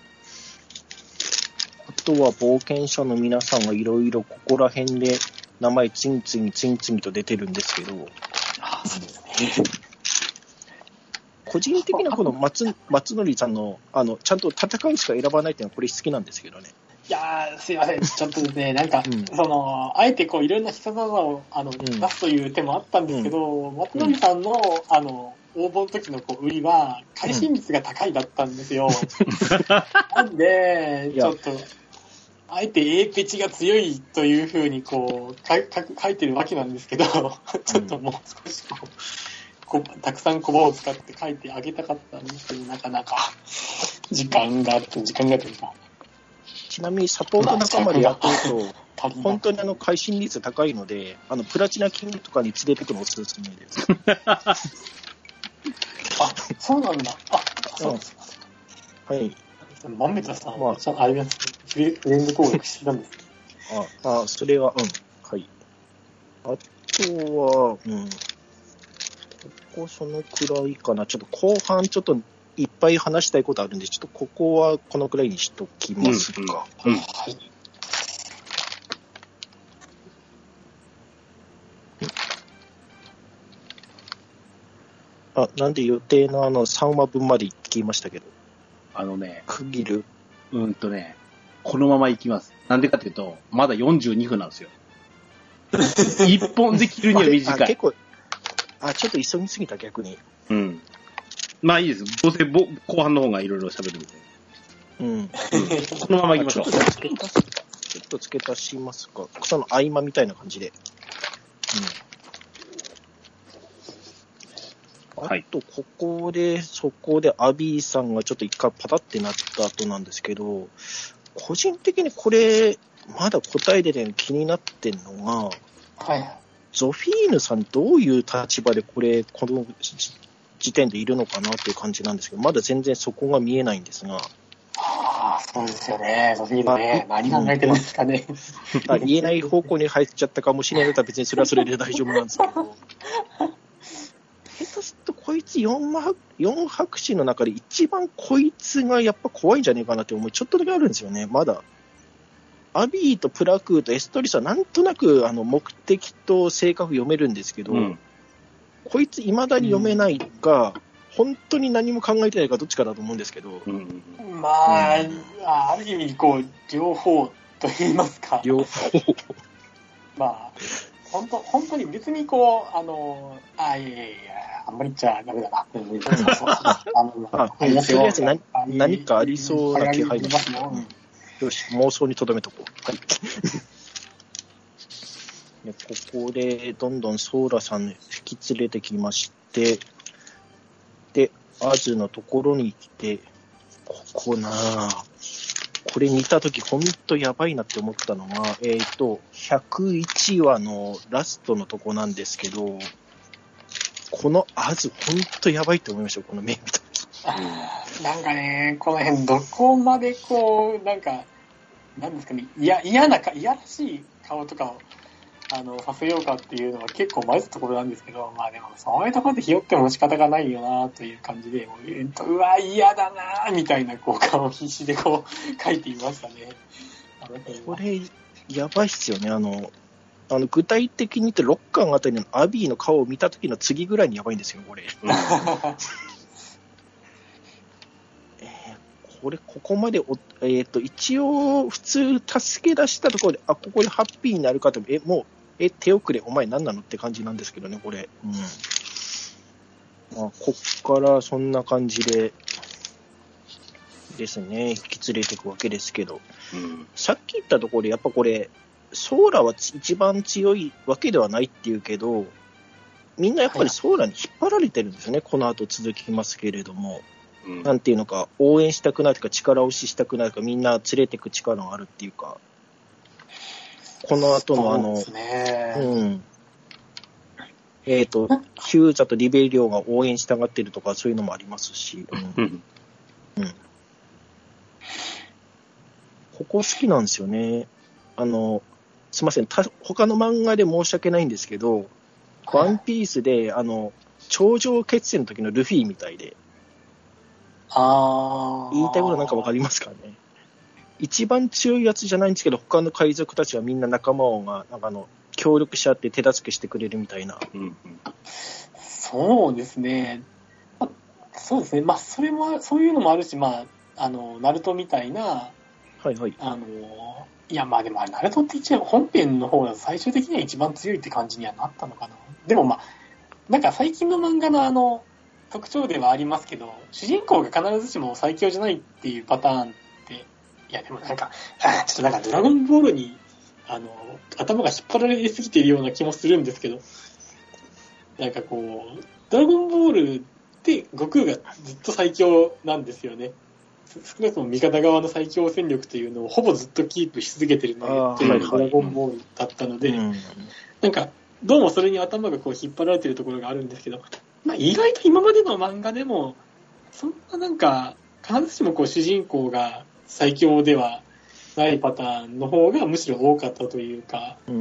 あとは冒険者の皆さんがいろいろここら辺で名前次々次々と出てるんですけど、 あそうですね。 個人的にはこの松松則さんのあのちゃんと戦うしか選ばないっていうのはこれ好きなんですけどね。 いやー、すいません。ちょっとですね、なんか、 うん、 その、あえてこう、いろんな必殺技を、あの、 ん出すという手もあったんですけど、松則さんの、あの、応募の時のこう売りは、会心率が高いだったんですよ。なんで、ちょっと、あえて A ペチが強いというふうにこう、かか書いてるわけなんですけど、ちょっともう少しこう、こたくさんコマを使って書いてあげたかったんですけど、なかなか、時間が、時間がというか、 ちなみにサポート仲間でやってると、本当にあの会心率高いので、あのプラチナキングとかに連れてくのおすすめです。 あ、そうなんだ。あ、そうです。 はい。 マンメタさんは、まあ、あれです。フレンド攻略してたんです。 あ、あ、それは、うん。はい。あとは、うん。ここそのくらいかな。ちょっと後半ちょっといっぱい話したいことあるんで、ちょっとここはこのくらいにしときますか。うんうんうん、はい。あ、なんで予定のあのさんわぶんまで行きましたけど。 あのね。 区切るうんとね、このまま行きます。なんでかっていうと、まだよんじゅうにふんなんですよ。一本で切るには短い。 あ、結構、あ、ちょっと急ぎすぎた逆に。 うん。まあいいです。どうせぼ後半の方がいろいろ喋るんで。 うん。うん、 このまま行きましょう。 ちょっと付け足す、ちょっと付け足しますか。その合間みたいな感じで。うん。あと、ここで、そこでアビーさんがちょっと一回パタってなった後なんですけど、個人的にこれ、まだ答え出てるの気になってんのが、 はい。 ゾフィーヌさんどういう立場でこれ、この時点でいるのかなっていう感じなんですけど、まだ全然そこが見えないんですが。 ああ、そうですよね。ゾフィーヌね。何考えてるんですかね。 あ、言えない方向に入っちゃったかもしれないとは別にそれはそれで大丈夫なんですけど。下手するとこいつよん博士の中で一番こいつがやっぱ怖いんじゃねえかなって思いちょっとだけあるんですよね。まだアビーとプラクーとエストリスはなんとなくあの目的と性格読めるんですけど、うん、こいつ未だに読めないか、うん、本当に何も考えてないかどっちかだと思うんですけど、うん、 まあ、うん、ある意味こう両方と言いますか、 両方まあ本当、本当に別にこう、あの、あ、いやいやいや、あんまり言っちゃダメだな。そうそうそう。あの、 あ、とりあえず何、何かありそうな気配がしますね。よし、妄想に留めとこう。はい。でここで、どんどんソーラさん引き連れてきまして、で、アズのところに来て、ここなぁ。これ見たときほんとやばいなって思ったのが、えっと、ひゃくいちわのラストのとこなんですけど、このアズほんとやばいって思いましたよ、この目見たとき。 なんかね、この辺どこまでこう、なんか、なんですかね、いや、嫌なか、いやらしい顔とかを、あの、させようかっていうのは結構迷ったところなんですけど、まあでも、そういうところでひよっても仕方がないよなという感じで、もう、えっと、うわ、嫌だなみたいな、こう、顔を必死でこう、書いていましたね。 これ、やばいっすよね。あの、あの具体的に言ってろっかんあたりのアビーの顔を見た時の次ぐらいにやばいんですよ、これ。えー、これ、ここまでお、えーと、一応、普通、助け出したところで、あ、ここでハッピーになるかと、え、もう、え、手遅れ、お前何なのって感じなんですけどね、これ。うん。まあ、こっからそんな感じで、ですね、引き連れていくわけですけど、うん、さっき言ったところで、やっぱこれ、ソーラは一番強いわけではないっていうけど、みんなやっぱりソーラに引っ張られてるんですよね、はい、この後続きますけれども。うん、なんていうのか、応援したくないとか、力押ししたくないとか、みんな連れていく力があるっていうか、この後のあの、そうですね、うん。えっと、ヒューザとリベリオが応援したがってるとか、そういうのもありますし、うん。うんうん、ここ好きなんですよね。あの、 すみません、た他の漫画で申し訳ないんですけど、ワンピースで、あの、頂上決戦の時のルフィみたいで、 あ言いたいことなんかわかりますかね。一番強いやつじゃないんですけど、他の海賊たちはみんな仲間が、なんかあの、協力し合って手助けしてくれるみたいな。 うんうん、 そうですね。そうですね。まあ、それも、そういうのもあるし、まあ、あの、ナルトみたいな、 はいはい。 あの、いや、まあでも、ナルトって一応本編の方だと最終的には一番強いって感じにはなったのかな。でもまあ、なんか最近の漫画のあの、特徴ではありますけど、主人公が必ずしも最強じゃないっていうパターンって、いやでもなんか、あちょっとなんかドラゴンボールに、あの、頭が引っ張られすぎているような気もするんですけど、なんかこう、ドラゴンボールって悟空がずっと最強なんですよね。少なくとも味方側の最強戦力というのをほぼずっとキープし続けてるのがドラゴンボールだったので、 うん、 なんか、どうもそれに頭がこう引っ張られてるところがあるんですけど、まあ意外と今までの漫画でも、そんななんか、必ずしもこう主人公が最強ではないパターンの方がむしろ多かったというか、 うん、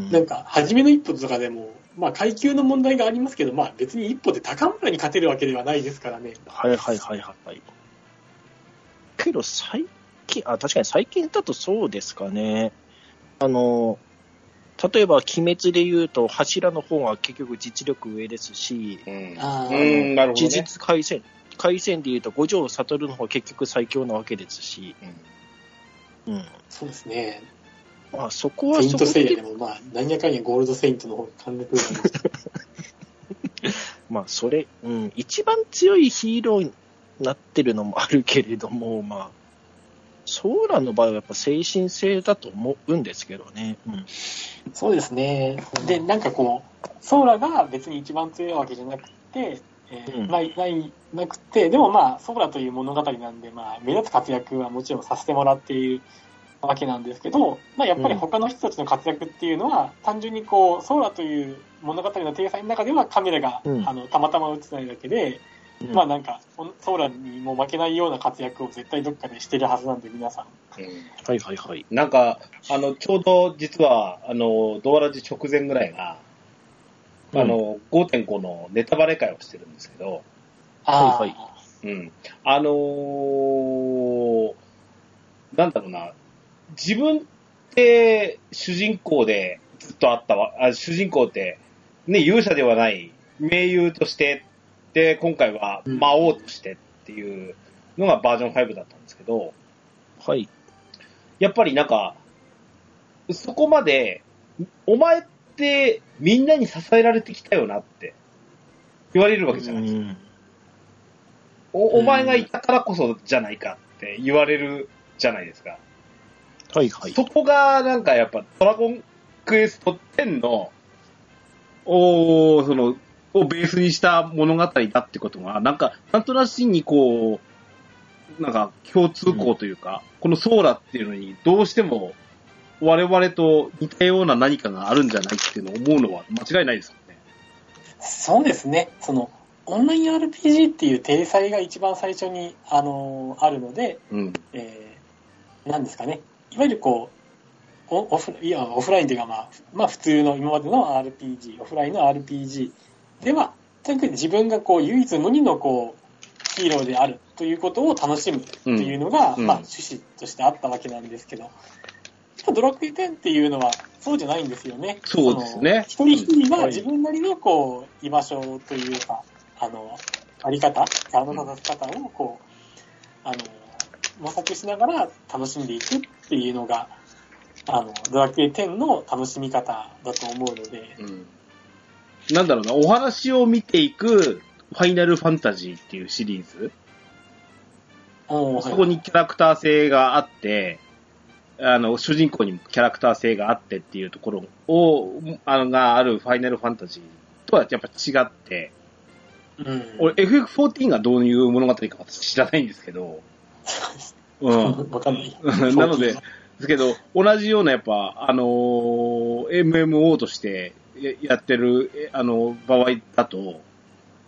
なんか、初めの一歩とかでも、まあ階級の問題がありますけど、まあ別に一歩で高村に勝てるわけではないですからね。 はいはいはいはい。けど最近、あ、確かに最近だとそうですかね。あの、例えば、鬼滅で言うと、柱の方が結局実力上ですし、 うん、 あうんなるほどね、 呪術廻戦、廻戦で言うと、五条悟の方が結局最強なわけですし、うん。うん、 そうですね。 まあ、そこはセイントそこで、 セイヤでも、まあ、なんやかんやゴールドセイントの方が完璧なんですけど。 まあ、それ、うん、一番強いヒーローになってるのもあるけれども、まあ、ソーラの場合はやっぱ精神性だと思うんですけどね。うん、 そうですね。で、なんかこう、ソーラが別に一番強いわけじゃなくて、えーうん、 ない、ない、なくて、でもまあ、ソーラという物語なんで、まあ、目立つ活躍はもちろんさせてもらっているわけなんですけど、まあ、やっぱり他の人たちの活躍っていうのは、うん、単純にこう、ソーラという物語の体裁の中ではカメラが、うん、あのたまたま映ってないだけで、うん、まあなんか、ソーラにも負けないような活躍を絶対どっかでしてるはずなんで、皆さん。 うん、はいはいはい。 なんか、あの、ちょうど実は、あの、ドアラジ直前ぐらいが、うん、あの、ごてんご のネタバレ会をしてるんですけど、 はいはい。 うん。あのー、なんだろうな、自分って主人公でずっとあったわ、あ主人公って、ね、勇者ではない名優として、で、今回は魔王としてっていうのがバージョンファイブだったんですけど、 はい。 やっぱりなんか、そこまで、お前ってみんなに支えられてきたよなって言われるわけじゃないですか。うんお, お前がいたからこそじゃないかって言われるじゃないですか。 はいはい。 そこがなんかやっぱドラゴンクエストテンの、おその、をベースにした物語だってことが、なんか、なんとなしにこう、なんか共通項というか、うん、このソーラっていうのにどうしても我々と似たような何かがあるんじゃないっていうのを思うのは間違いないですよね。 そうですね。その、オンライン アールピージー っていう体裁が一番最初に、あのー、あるので、 うんえー、なんですかね。いわゆるこう、オフいやオフラインというか、まあ、まあ普通の今までの アールピージー、オフラインの アールピージー では、とにかく自分がこう唯一無二のこうヒーローであるということを楽しむっていうのが、 うんまあ趣旨としてあったわけなんですけど、ドラクエテンっていうのはそうじゃないんですよね。 そうですね。 一人一人が自分なりのこう居場所というか、あの、あり方、あの立たせ方をこう、あの、模索しながら楽しんでいくっていうのが、あの、ドラクエテンの楽しみ方だと思うので。 うん、なんだろうな、お話を見ていくファイナルファンタジーっていうシリーズ。そこにキャラクター性があって、あの、主人公にもキャラクター性があってっていうところを、あの、があるファイナルファンタジーとはやっぱ違って、うん、俺 エフエフフォーティーン がどういう物語か知らないんですけど、 うん、わかんない。 なので、ですけど、同じようなやっぱ、あのー、エムエムオー としてやってる、あの、場合だと、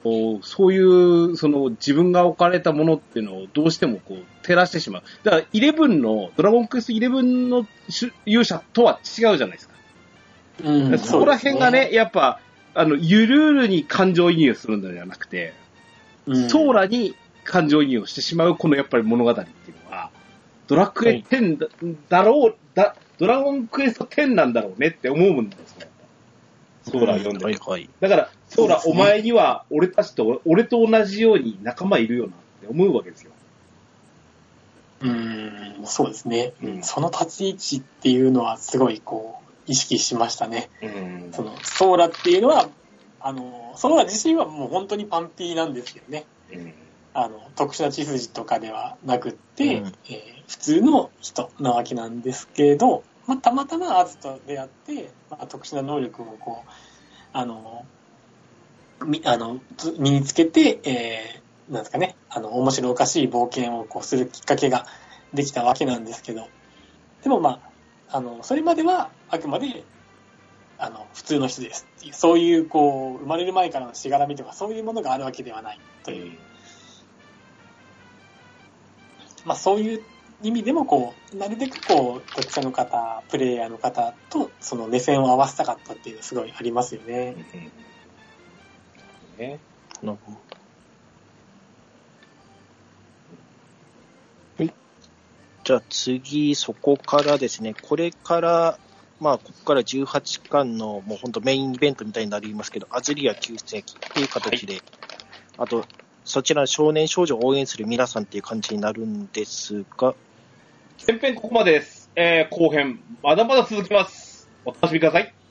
こうそういう、その自分が置かれたものっていうのをどうしてもこう照らしてしまう。だから、イレブンの、ドラゴンクエストイレブンの勇者とは違うじゃないですか。うん、そこら辺がね、やっぱ、あの、ゆるーるに感情移入するのではなくて、うん、ソーラに感情移入をしてしまう、このやっぱり物語っていうのは、ドラクエテン だ,、はい、だろう、だ、ドラゴンクエストテンなんだろうねって思うんですよ。ソーラ読んで、うん、はいはい。だから、ソーラ、ね、お前には俺たちと、俺と同じように仲間いるよなって思うわけですよ。 うーん、そうですね。うん、その立ち位置っていうのはすごいこう、意識しましたね。うん、そのソーラっていうのは、あの、ソーラ自身はもう本当にパンピーなんですよね。うん、あの、特殊な血筋とかではなくって、うん、えー、普通の人なわけなんですけど、まあ、たまたまアズと出会って、まあ、特殊な能力をこう、あの、みあの身につけて、えー、なんですかね、あの、面白おかしい冒険をこうするきっかけができたわけなんですけど、でもまあ、あの、それまではあくまで、あの、普通の人ですっていう、そういう、こう、生まれる前からのしがらみとか、そういうものがあるわけではないという。まあ、そういう意味でも、こう、なるべく、こう、読者の方、プレイヤーの方と、その目線を合わせたかったっていうのはすごいありますよね。 ね。なるほど。はい。じゃあ次、そこからですね、これから、まあ、ここからじゅうはちかんの、もう本当メインイベントみたいになりますけど、アズリア旧世紀っていう形で、はい、あと、そちらの少年少女を応援する皆さんっていう感じになるんですが、 前編ここまでです。えー、後編、まだまだ続きます。お楽しみください。